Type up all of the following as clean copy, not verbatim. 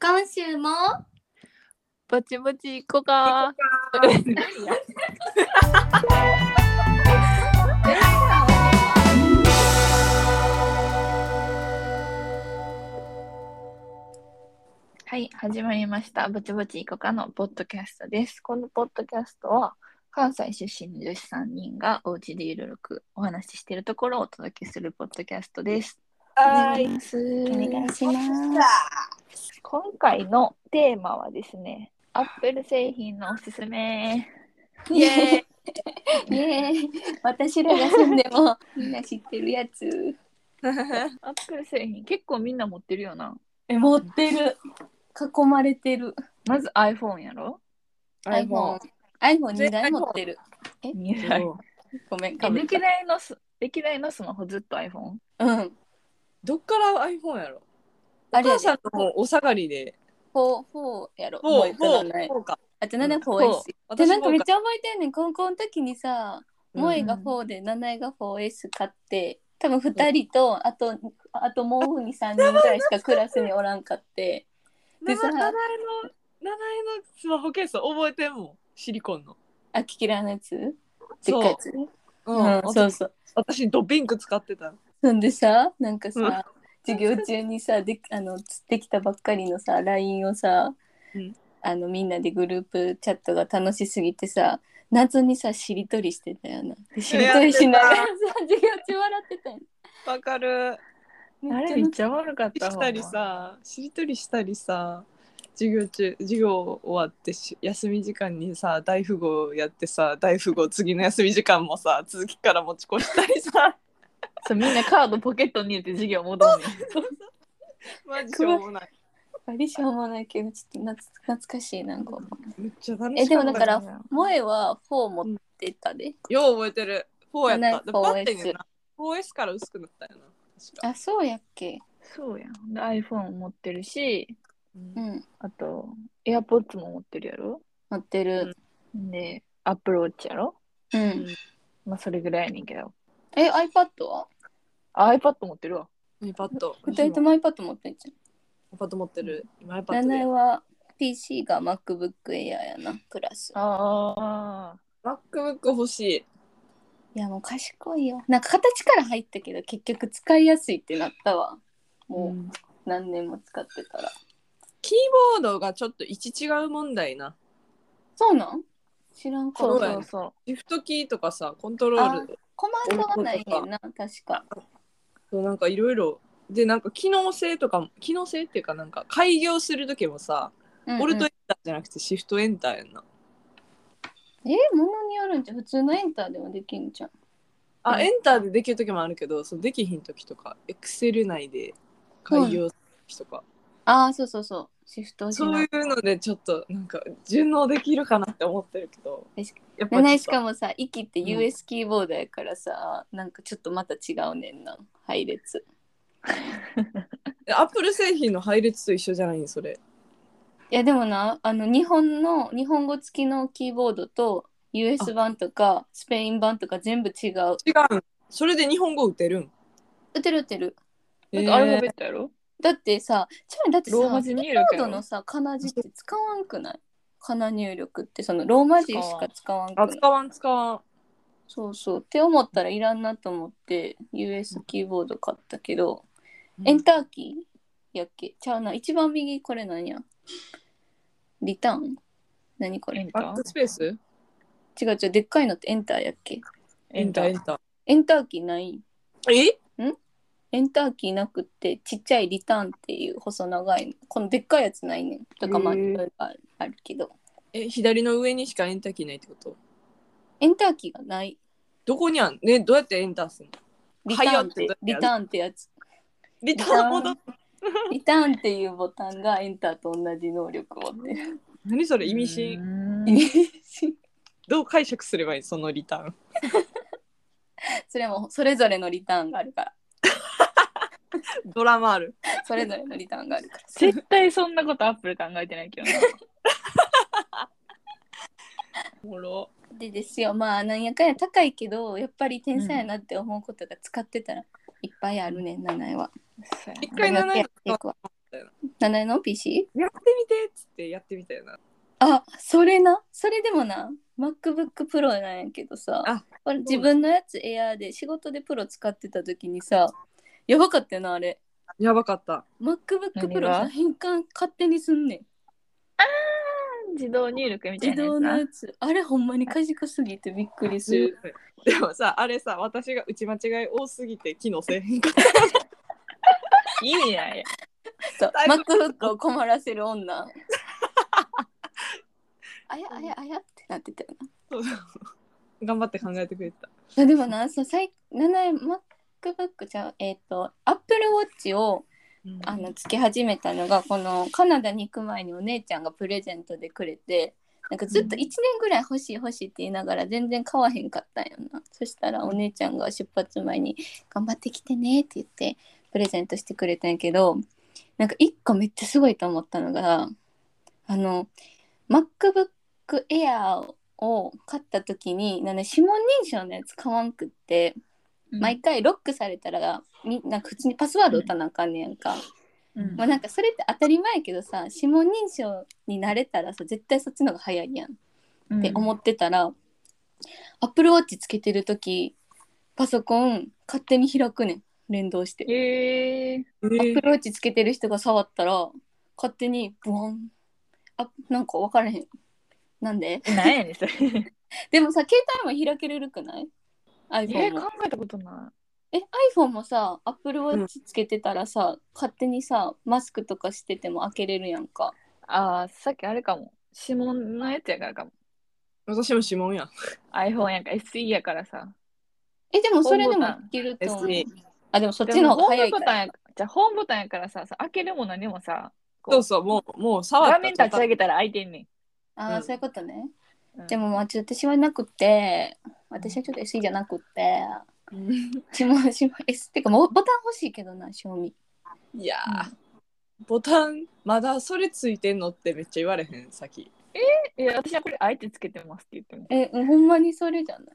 今週もぼちぼち行こうか。はい、始まりました。ぼちぼちいこかのポッドキャストです。このポッドキャストは関西出身の女子3人がお家でゆるくお話ししているところをお届けするポッドキャストです。お願いします。今回のテーマはですね、アップル製品のおすすめ。 イエーイイエーイ私らが住んでもみんな知ってるやつ。 アップル製品結構みんな持ってるよな。 持ってる。囲まれてる。 まず iPhone やろ。 iPhone2 台持ってる。 2台。 ごめん。 歴代のスマホずっと iPhone？ うん。 どっから iPhone やろ。おあれやで母さんの方お下がりで 4やろ。もう言ったない。 か。 あと7 4S。でなんかめっちゃ覚えてんねん。高校の時にさ、萌えが4で7が 4S 買って、多分2人と、あともうに3人ぐらいしかクラスにおらんかって。でさ、 7円のスマホケース覚えてんもん。シリコンの。 あ、キキラのやつでっかいやつ。そうそう。 私ドピンク使ってた。 そんでさ、なんかさ、授業中にさ、釣ってきたばっかりのさ、LINE をさ、みんなでグループチャットが楽しすぎてさ、謎にさ、しりとりしてたよな。でしりとりしながらさ、授業中笑ってたよ。 わかる。 あれめっちゃ悪かった。 したりさ、しりとりしたりさ、授業終わって休み時間にさ、大富豪やってさ、大富豪次の休み時間もさ、続きから持ち越したりさ。 そう、みんなカードポケットに入れて授業戻るね。 マジしょうもない。 あれしょうもないけど、ちょっと懐かしいなんか。 めっちゃ楽しかった。 でもだから、萌えは4持ってたで。 よう覚えてる。4やった。 4S。 4S から薄くなったよな。確か。 あ、そうやっけ。 そうやん。で iPhone 持ってるし、あと AirPods も持ってるやろ。 持ってる。 で Apple Watch やろ。まあそれぐらいやねんけど。 iPad は ？iPad 持ってるわ。 iPad。 2人とも iPad 持ってんじゃん。iPad 持ってる。今 iPad で。 名前は PC が MacBook Air やな、プラス。 MacBook 欲しい。 いやもう賢いよ。なんか形から入ったけど結局使いやすいってなったわ。もう何年も使ってたら。 キーボードがちょっと位置違う問題な。 そうなん？知らんかった。 そう。シフトキーとかさ、コントロール。 コマンドがないねんな、確か。 そう、なんかいろいろ。で、なんか機能性っていうかなんか開業するときもさ、オルトエンターじゃなくてシフトエンターやんな。 ものによるんじゃん。普通のエンターでもできんじゃん。 エンターでできるときもあるけど、そのできひんときとか、エクセル内で開業するときとか。 そうそうそう。シフトそういうのでちょっとなんか順応できるかなって思ってるけど。 やっぱしかもさ、息って US キーボードやからさ、なんかちょっとまた違うねんな、配列。 アップル製品の配列と一緒じゃないんそれ。 いやでもな、日本語付きのキーボードと US 版とかスペイン版とか全部違う。 違う。それで日本語打てるん？ 打てる。 だってアルファベットやろ？ だってさ、 ローマ字入力キーボードのさ、かな字って使わんくない？かな入力ってそのローマ字しか使わんくない？ 使わん。 そうそうって思ったらいらんなと思って US キーボード買ったけど、エンターキーやっけ？ちゃうな、一番右これなんや？リターン？何これ？ バックスペース？ 違うでっかいのってエンターやっけ？ エンターキーない？エンターキーなくってちっちゃいリターンっていう細長いこのでっかいやつないねんとかあるけど、 左の上にしかエンターキーないってこと？ エンターキーがない。 どこにあんね？どうやってエンターするの？ リターンってやつ。 リターンっていうボタンがエンターと同じ能力を持ってる。 何それ？意味深。どう解釈すればいいそのリターン？ それもそれぞれのリターンがあるから。 ドラマある。 それぞれのリターンがあるから。 絶対そんなことアップル考えてないけどな。 おもろ。 でですよ、まあなんやかんや高いけどやっぱり天才やなって思うことが使ってたらいっぱいあるねん、7位は。 一回7位たよな。 何の PC？ やってみてっつってやってみたよな。 あ、それな。それでもな、MacBook Pro なんやけどさ、 あ、 これ自分のやつ Air で仕事でプロ使ってた時にさ、やばかったよな、あれ。 やばかった。 MacBook 何 Pro がさ、変換勝手にすんねん。 自動入力みた自動いなやつな。 のやつ。あれほんまに賢すぎてびっくりする。 でもさ、あれさ、私が打ち間違い多すぎて機能せえへんかった。 意味ないや。 そう、 だいぶ MacBook を困らせる女。あやあやあやってなってたよな。 そうそう頑張って考えてくれた。 いやでもな、MacBook じゃApple Watch をつけ始めたのが、このカナダに行く前にお姉ちゃんがプレゼントでくれて、なんかずっと1年ぐらい欲しい欲しいって言いながら全然買わへんかったんよな。そしたらお姉ちゃんが出発前に頑張ってきてねって言ってプレゼントしてくれたんやけど、なんか1個めっちゃすごいと思ったのが、MacBook Air を買った時に指紋認証のやつ買わんくって、毎回ロックされたらなんか普通にパスワード打たなあかんねやんか。まあ、なんかそれって当たり前やけどさ、指紋認証になれたらさ絶対そっちの方が早いやんって思ってたら、Apple Watch つけてる時パソコン勝手に開くねん、連動して。Apple Watch つけてる人が触ったら勝手にブワン。なんか分からへん。なんで？ 何やねんそれ。 でもさ、携帯も開けれるくない？ iPhone も。 考えたことない。 iPhone もさ、Apple Watch つけてたらさ、勝手にさ、マスクとかしてても開けれるやんか。 ああ、さっきあれかも。指紋のやつやからかも。 私も指紋やん。 iPhone やから SE やからさ。 でもそれでもいけると思う。 SE。 あ、でもそっちの方が早いから。 じゃあホームボタンやからさ、開けるも何もさ、 そうそう、もう触った画面立ち上げたら開いてんねん。 ああ、そういうことね。でも私はなくて、私はちょっと SE じゃなくて、指紋 S ってかもうボタン欲しいけどな、賞味。 いやボタンまだそれついてんのってめっちゃ言われへん、さっき。 私はこれあえてつけてますって言っても。 ほんまにそれじゃない。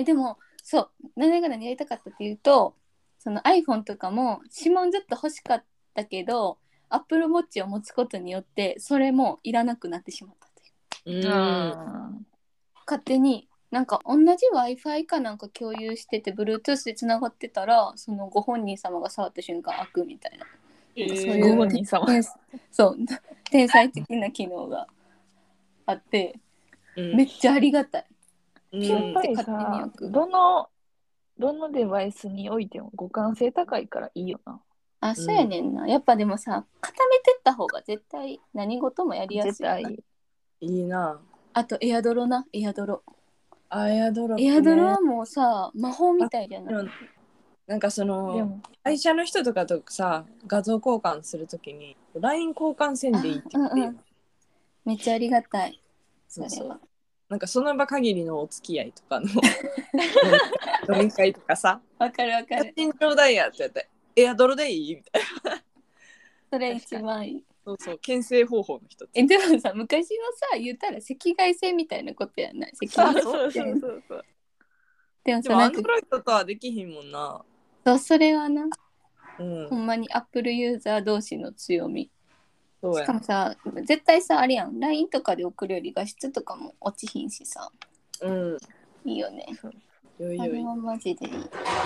でもそう、何が何やりたかったっていうと、その iPhone とかも指紋ずっと欲しかったけど Apple Watch を持つことによってそれもいらなくなってしまったという。勝手になんか同じ Wi-Fi かなんか共有してて Bluetooth でつながってたら、そのご本人様が触った瞬間開くみたいな、そういうご本人様そう天才的な機能があって、めっちゃありがたい。 やっぱりさ、どのデバイスにおいても互換性高いからいいよな。 あ、そうやねんな。やっぱでもさ、固めてった方が絶対何事もやりやすい。 絶対いいな。 あとエアドロな、エアドロ。 エアドロはもうさ、魔法みたいじゃない？ なんかその会社の人とかとさ、画像交換するときに LINE 交換せんでいいって言って、 めっちゃありがたい。 そうそう。なんかその場限りのお付き合いとかの飲み会とかさ、 わかるわかる。 家賃ちょうだいやって言ってエアドロでいいみたいな。 それ一番いい。 そうそう、牽制方法の一つ。 でもさ、昔のさ、言ったら赤外線みたいなことやない。赤外線。そうでもさ、 アンドロイドとはできひんもんな。 そう、それはな、ほんまに Apple ユーザー同士の強み。しかもさ、絶対さ、あれやん、LINE とかで送るより画質とかも落ちひんしさ。いいよね。あれはマジでいい。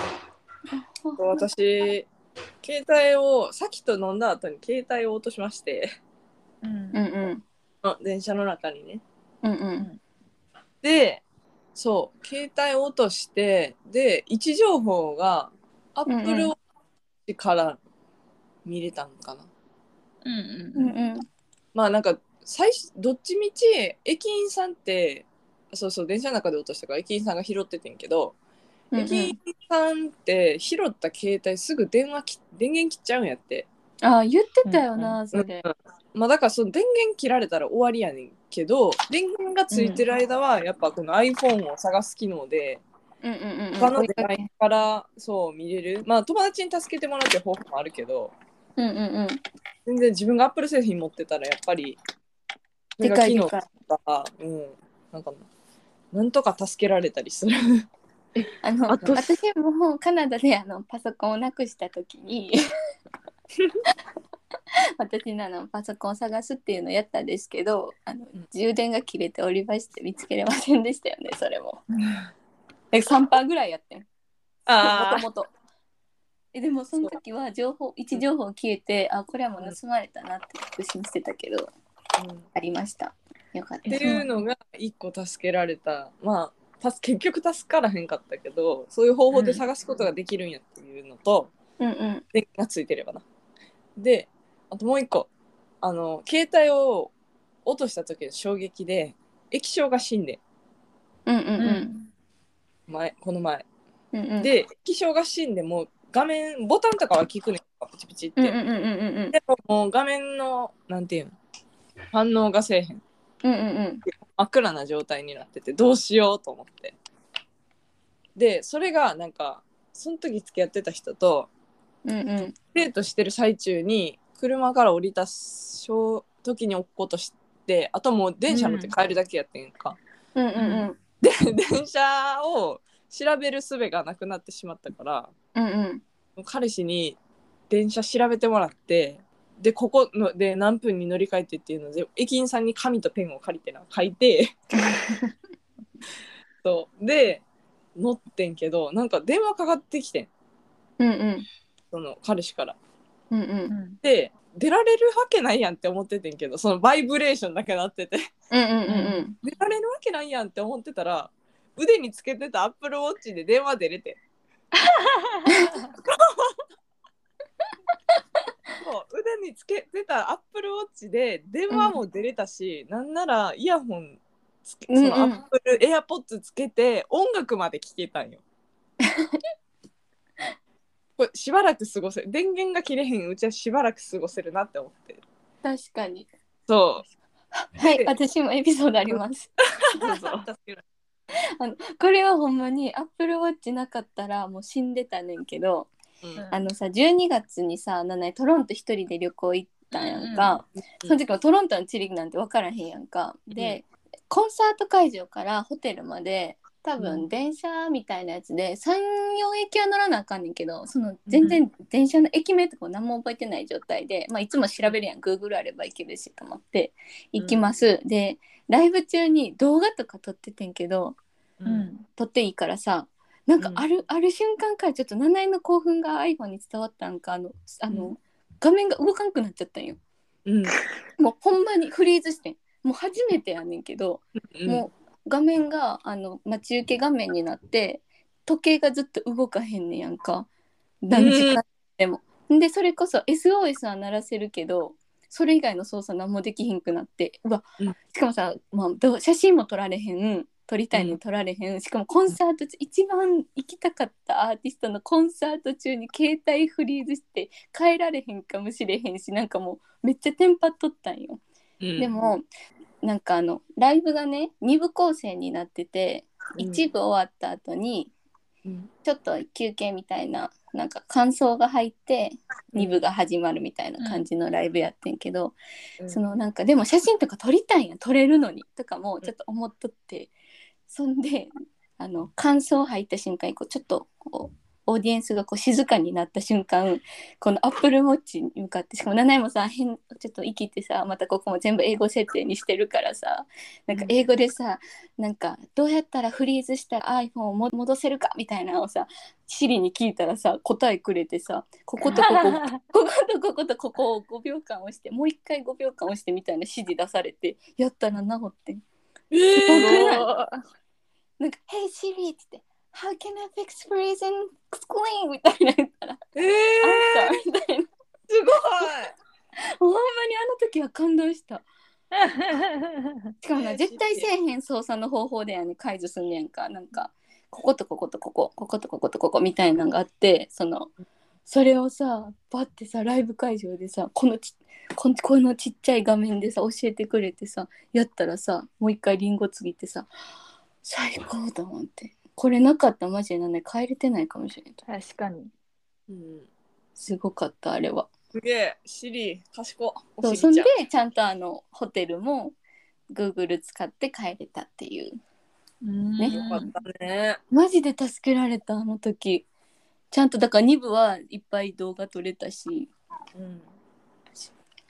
私、携帯をさっきと飲んだ後に携帯を落としまして、電車の中にね。で、そう携帯を落として、で位置情報が Apple Watch から見れたのかな。まあなんかどっちみち駅員さんってそう電車の中で落としたから駅員さんが拾っててんけど、駅員さんって拾った携帯すぐ電源切っちゃうんやって。 あ、言ってたよな、それ。 まあだからその電源切られたら終わりやねんけど、電源がついてる間はやっぱこの iPhone を探す機能で他のデバイスからそう見れる。まあ友達に助けてもらって方法もあるけど、全然自分が Apple 製品持ってたらやっぱりでかいでかい。 なんかなんとか助けられたりする。 私もカナダでパソコンをなくした時に私のパソコンを探すっていうのをやったんですけど、充電が切れておりまして見つけれませんでしたよね、それも。3%ぐらいやってん。もともと。でもその時は位置情報消えて、あ、これはもう盗まれたなって確信してたけど、ありました。よかった。 っていうのが一個助けられた。まあ結局助からへんかったけど、そういう方法で探すことができるんやっていうのと、電源がついてればな。で、あともう一個、携帯を落とした時の衝撃で液晶が死んで、この前、で液晶が死んでも画面ボタンとかは効くねん、ピチピチって、でももう画面のなんていうの反応がせえへん、真っ暗な状態になってて、どうしようと思って、でそれがなんかその時付き合ってた人とデートしてる最中に車から降りた時に起ことして、あともう電車乗って帰るだけやってんか、で電車を調べる術がなくなってしまったから、彼氏に電車調べてもらって、でここので何分に乗り換えてっていうので駅員さんに紙とペンを借りて書いてそうで乗ってんけど、なんか電話かかってきてん、その彼氏から、で出られるわけないやんって思っててんけど、そのバイブレーションだけなってて出られるわけないやんって思ってたら、腕につけてたアップルウォッチで電話出れてそう腕につけてたアップルウォッチで電話も出れたし、なんならイヤホンそのアップルエアポッツつけて音楽まで聴けたんよこれしばらく過ごせる、電源が切れへんうちはしばらく過ごせるなって思って。 確かに。 そうはい、私もエピソードありますどうぞこれはほんまにアップルウォッチなかったらもう死んでたねんけど、12月にさトロント一人で旅行行ったんやんか、その時もトロントの地理なんて分からへんやんか、でコンサート会場からホテルまで多分電車みたいなやつで 3,4 駅は乗らなあかんねんけど、その全然電車の駅名とか何も覚えてない状態で、いつも調べるやん、 Google あれば行けるしと思って行きます、でライブ中に動画とか撮っててんけど、撮っていいからさ、なんかある瞬間からちょっと七重の興奮が iPhone に伝わったんか、画面が動かんくなっちゃったんよ、もうほんまにフリーズしてん、もう初めてやねんけど、もう画面が待ち受け画面になって時計がずっと動かへんねやんか、何時間でも、でそれこそ SOS は鳴らせるけどそれ以外の操作何もできひんくなって、しかもさ、写真も撮られへん、撮りたいのに撮られへん、しかもコンサート中、一番行きたかったアーティストのコンサート中に携帯フリーズして帰られへんかもしれへんし、なんかもうめっちゃテンパっとったんよ、でもなんかライブがね2部構成になってて、1部終わった後にちょっと休憩みたいな、なんか感想が入って2部が始まるみたいな感じのライブやってんけど、そのなんかでも写真とか撮りたいんや、撮れるのにとかもちょっと思っとって、そんで感想入った瞬間にちょっとオーディエンスが静かになった瞬間、このアップルウォッチに向かって、しかも七重もさちょっと生きてさ、またここも全部英語設定にしてるからさ、なんか英語でさ、なんかどうやったらフリーズしたら iPhone を戻せるかみたいなのをさシリに聞いたらさ答えくれてさ、こことこここことこことここを5秒間押して、もう一回5秒間押してみたいな指示出されてやったら治ってん。すごくない？なんか「Hey Siri」って言ってHow can I fix freezing screen? みたいな言ったら、あんたみたいな。 すごい。 ほんまに時は感動した。しかも絶対せえへん操作の方法で解除すんねんか。なんかこことこことここ、こことこことここみたいなのがあって、それをさバッてさライブ会場でさこのちっちゃい画面でさ教えてくれてさやったらさ、もう一回リンゴつぎてさ最高と思って。これなかったらマジで帰れてないかもしれない。 確かに、 すごかったあれは。 すげえ、シリ賢っ。 そう、そんでちゃんとホテルも Google 使って帰れたっていうね。 よかったね。 マジで助けられた時。ちゃんとだから2部はいっぱい動画撮れたし、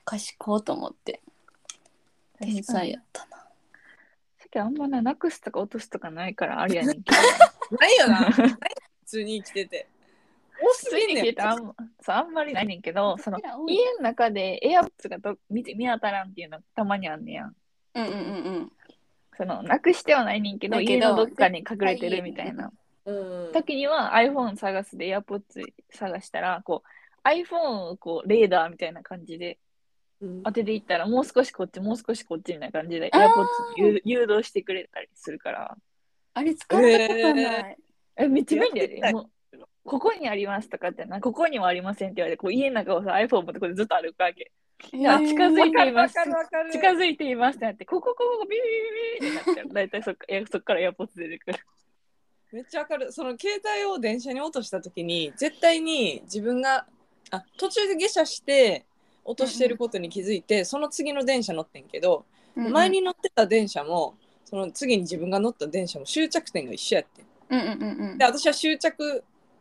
賢いと思って天才やったな。 さっきあんまなくすとか落とすとかないからあれやねんけどないよな。普通に生きてて。多すぎんねん。 普通に聞いてあんまりないねんけど、その家の中でエアポッツが見当たらんっていうのたまにあんねやん。 うんうんうんうん。 そのなくしてはないねんけど、家のどっかに隠れてるみたいな時には iPhone 探すで AirPods 探したらこう iPhone をこうレーダーみたいな感じで当てていったら、もう少しこっちもう少しこっちみたいな感じで AirPods に誘導してくれたりするから、 あれ使ったことない。 めっちゃ便利やで。もうここにありますとかってな、ここにもありませんって言われて、こう家の中をさ iPhone 持ってこうずっと歩くわけ。近づいています。近づいていますってなって、ここビビビビビってなって、だいたいそっから AirPods 出てくる。 めっちゃわかる。その携帯を電車に落とした時に絶対に自分が途中で下車して落としてることに気づいて、その次の電車乗ってんけど、前に乗ってた電車もその次に自分が乗った電車も終着点が一緒やって、で私は終着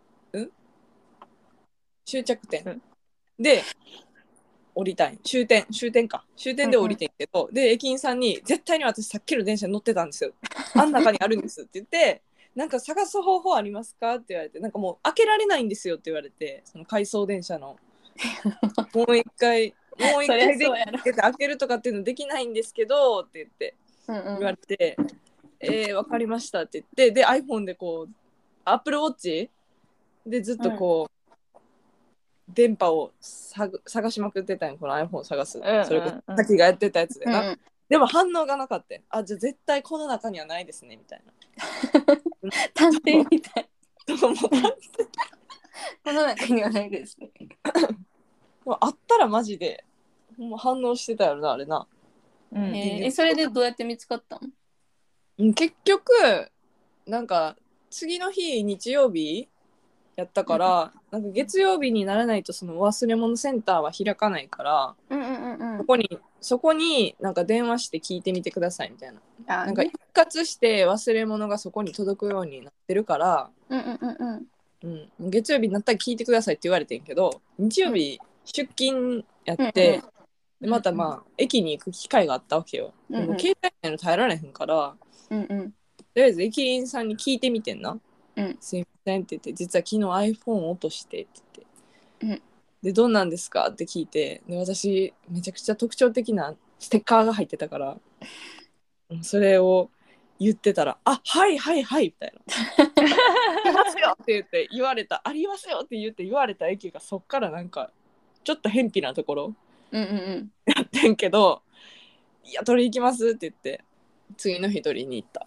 点で降りたい。終点で降りてんけど、で駅員さんに絶対に私さっきの電車に乗ってたんですよ、あん中にあるんですって言ってなんか探す方法ありますかって言われて、なんかもう開けられないんですよって言われて、その回送電車のもう一回で開けるとかっていうのできないんですけどって言って言われて、わかりましたって言って、で iPhone でこう Apple Watch でずっとこう、電波を探しまくってたんよ、この iPhone 探す、それこそさきがやってたやつでな、でも反応がなかった。じゃあ絶対この中にはないですねみたいな探偵みたいもうこの中にはないですねあったらマジでもう反応してたよなあれな。 それでどうやって見つかったの？結局なんか次の日日曜日やったから、なんか月曜日にならないとその忘れ物センターは開かないから、そこになんか電話して聞いてみてくださいみたいな、なんか一括して忘れ物がそこに届くようになってるから、月曜日になったら聞いてくださいって言われてんけど、日曜日出勤やって、でまた駅に行く機会があったわけよ。でも携帯ないの耐えられへんから、とりあえず駅員さんに聞いてみてんな。すいませんって言って、実は昨日 iPhone 落としてって言って、でどうなんですかって聞いて、で私めちゃくちゃ特徴的なステッカーが入ってたからそれを言ってたら、はいみたいなありますよって言われた、ありますよって言われた駅がそっからなんかちょっと偏僻なところやってんけど、いや取り行きますって言って次の日取りに行った。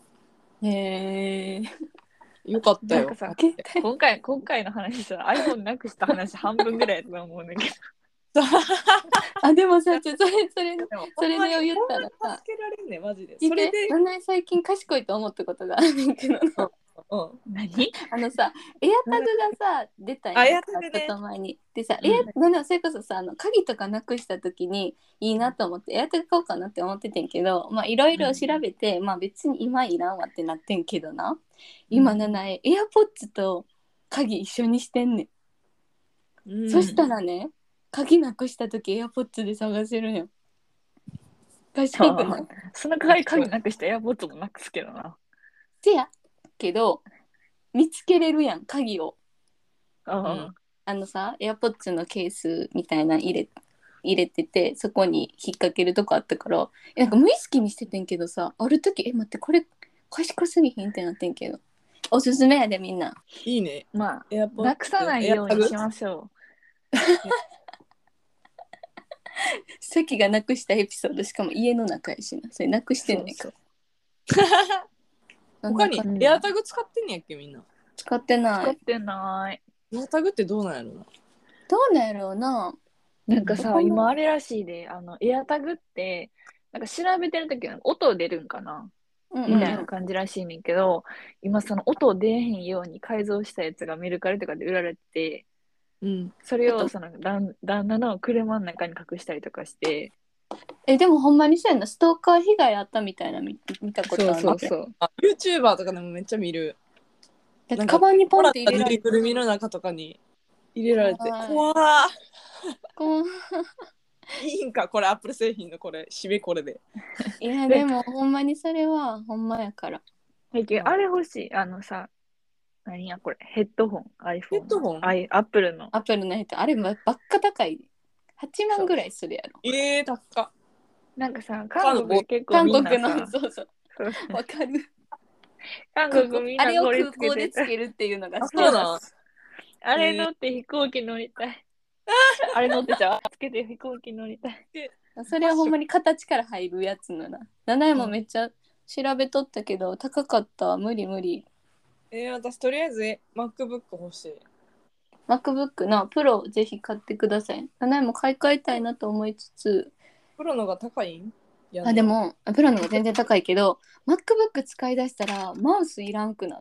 よかったよ。なんかさ、今回の話さ、iPhone なくした話半分ぐらいだと思うんだけどでもさ、それで言ったらさ、 助けられんねマジで。 それで最近賢いと思ったことがあるんだけど何さ、エアタグがさ出たんや、ちょっと前に。でさ、それこそさ、鍵とかなくした時にいいなと思ってエアタグ買おうかなって思っててんけど、いろいろ調べて、別に今いらんわってなってんけどな、今エアポッツと鍵一緒にしてんねん。そしたらね、鍵なくした時エアポッツで探せるんよ。賢くない？ その代わり鍵なくしてエアポッツもなくすけどな。 せやけど見つけれるやん、鍵を。さ、エアポッツのケースみたいな入れてて、そこに引っ掛けるとこあったから、なんか無意識にしててんけどさ、ある時待って、これ賢すぎひんってなってんけど、おすすめやでみんな。 いいね。 なくさないようにしましょう。 さきがなくしたエピソード、しかも家の中やしな。それなくしてんねんか。 他にエアタグ使ってんねやっけみんな。 使ってない。 エアタグってどうなんやろな。 なんかさ、今あれらしいで、エアタグってなんか調べてるときは音出るんかな、みたいな感じらしいねんけど、今その音出えへんように改造したやつがメルカリとかで売られて、それをその旦那の車の中に隠したりとかして。 でもほんまにそうやな、ストーカー被害あったみたいな見たことある。 そう YouTuber とかでもめっちゃ見る。 だってカバンにポンって入れられて、 ぬいぐるみの中とかに入れられて、怖いいんかこれアップル製品のこれ締めこれで。 いやでもほんまにそれはほんまやから。 あれ欲しい。さ、何やこれ。ヘッドホン、iPhone ヘッドホンの。アップルの。 アップルの人あればっか高い。8万ぐらいするやろ。 高っ。 なんかさ、韓国結構みん韓国なさ、 のそうそうわかる。 韓国みんなあれをこれ空港でつけてつけるっていうのがあそうなんあれ乗って飛行機乗りたい。あれ乗ってつけて飛行機乗りたい。 それはほんまに形から入るやつのな。7円もめっちゃ調べとったけど高かった無理無理。 私とりあえず MacBook 欲しい。 MacBook のプロぜひ買ってください。7円も買い替えたいなと思いつつ。 プロのが高いんでもプロのが全然高いけど MacBook 使い出したらマウスいらんくなった。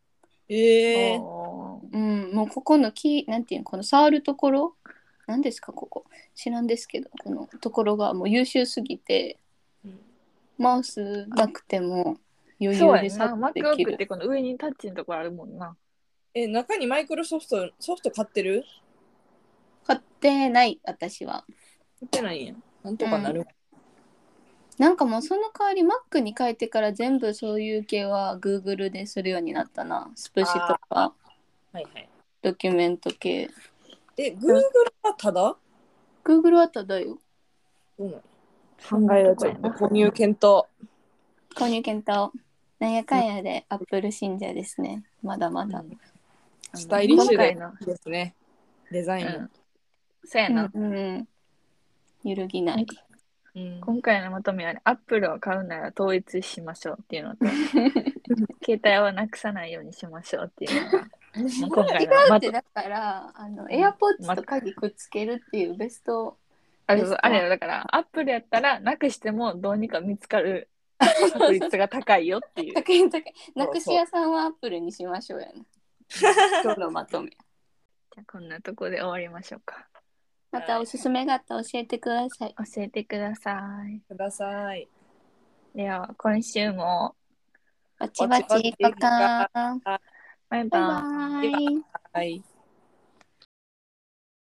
うん、もうここのなんていうのこの触るところ何ですかここ知らんですけどこのところがもう優秀すぎて、マウスなくても余裕でさできる。 MacBook ってこの上にタッチのところあるもんな。 中にマイクロソフト買ってる？ 買ってない私は。 買ってないんや。なんとかなる。 なんかもうその代わり Mac に変えてから全部そういう系は Google でするようになったな。スプシとか、ドキュメント系。 Google はただ？ Google はただよ。 考えようちょっと購入検討。 購入検討。なんやかんやで Apple 信者ですね。まだまだ。 スタイリッシュでいいですね。デザインも。 そうやな。 揺るぎない。 今回のまとめは、アップルを買うなら統一しましょうっていうのと、携帯はなくさないようにしましょうっていうのが、今回のまとめ。だから、AirPods と鍵くっつけるっていうベスト。 あれだから、アップルやったらなくしてもどうにか見つかる確率が高いよっていう。 高い。なくし屋さんはアップルにしましょうやな。今日のまとめ。じゃあこんなとこで終わりましょうか。 またおすすめがあったら教えてください。 教えてください。では、今週もバチバチいこか。 バイバイ。 バイバイ。